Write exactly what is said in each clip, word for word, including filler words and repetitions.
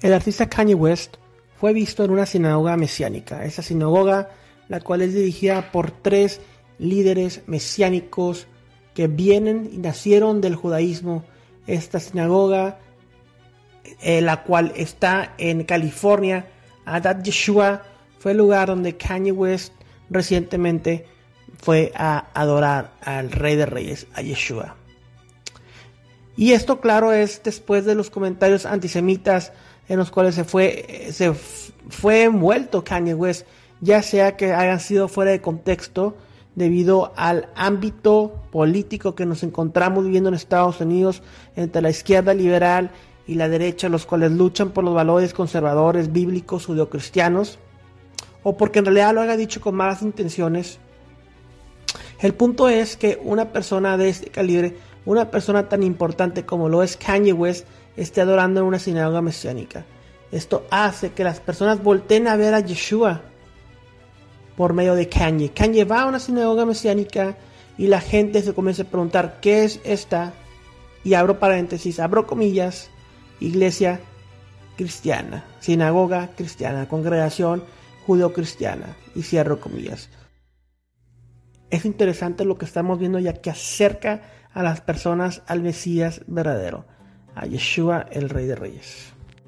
El artista Kanye West fue visto en una sinagoga mesiánica. Esa sinagoga, la cual es dirigida por tres líderes mesiánicos que vienen y nacieron del judaísmo. Esta sinagoga, eh, la cual está en California, Adat Yeshua, fue el lugar donde Kanye West recientemente fue a adorar al Rey de Reyes, a Yeshua. Y esto, claro, es después de los comentarios antisemitas en los cuales se fue, se fue envuelto Kanye West, ya sea que hayan sido fuera de contexto debido al ámbito político que nos encontramos viviendo en Estados Unidos entre la izquierda liberal y la derecha, los cuales luchan por los valores conservadores, bíblicos, judeocristianos, o porque en realidad lo haya dicho con malas intenciones. El punto es que una persona de este calibre, una persona tan importante como lo es Kanye West, esté adorando en una sinagoga mesiánica. Esto hace que las personas volteen a ver a Yeshua por medio de Kanye. Kanye va a una sinagoga mesiánica y la gente se comienza a preguntar ¿qué es esta? Y abro paréntesis, abro comillas, iglesia cristiana, sinagoga cristiana, congregación judeocristiana, y cierro comillas. Es interesante lo que estamos viendo, ya que acerca a las personas al Mesías verdadero, a Yeshua, el Rey de Reyes.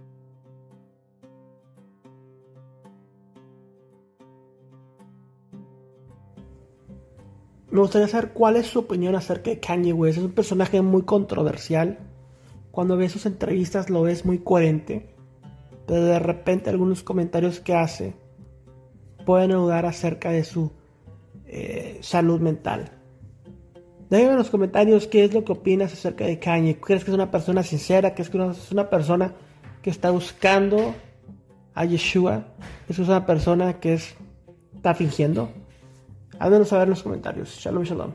Me gustaría saber cuál es su opinión acerca de Kanye West. Es un personaje muy controversial. Cuando ves sus entrevistas lo ves muy coherente, pero de repente algunos comentarios que hace pueden dudar acerca de su eh, salud mental. Déjame en los comentarios qué es lo que opinas acerca de Kanye. ¿Crees que es una persona sincera? ¿Crees que es una persona que está buscando a Yeshua? ¿Es una persona que es, está fingiendo? Házmenos saber en los comentarios. Shalom, shalom.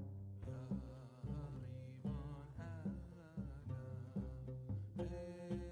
Hey.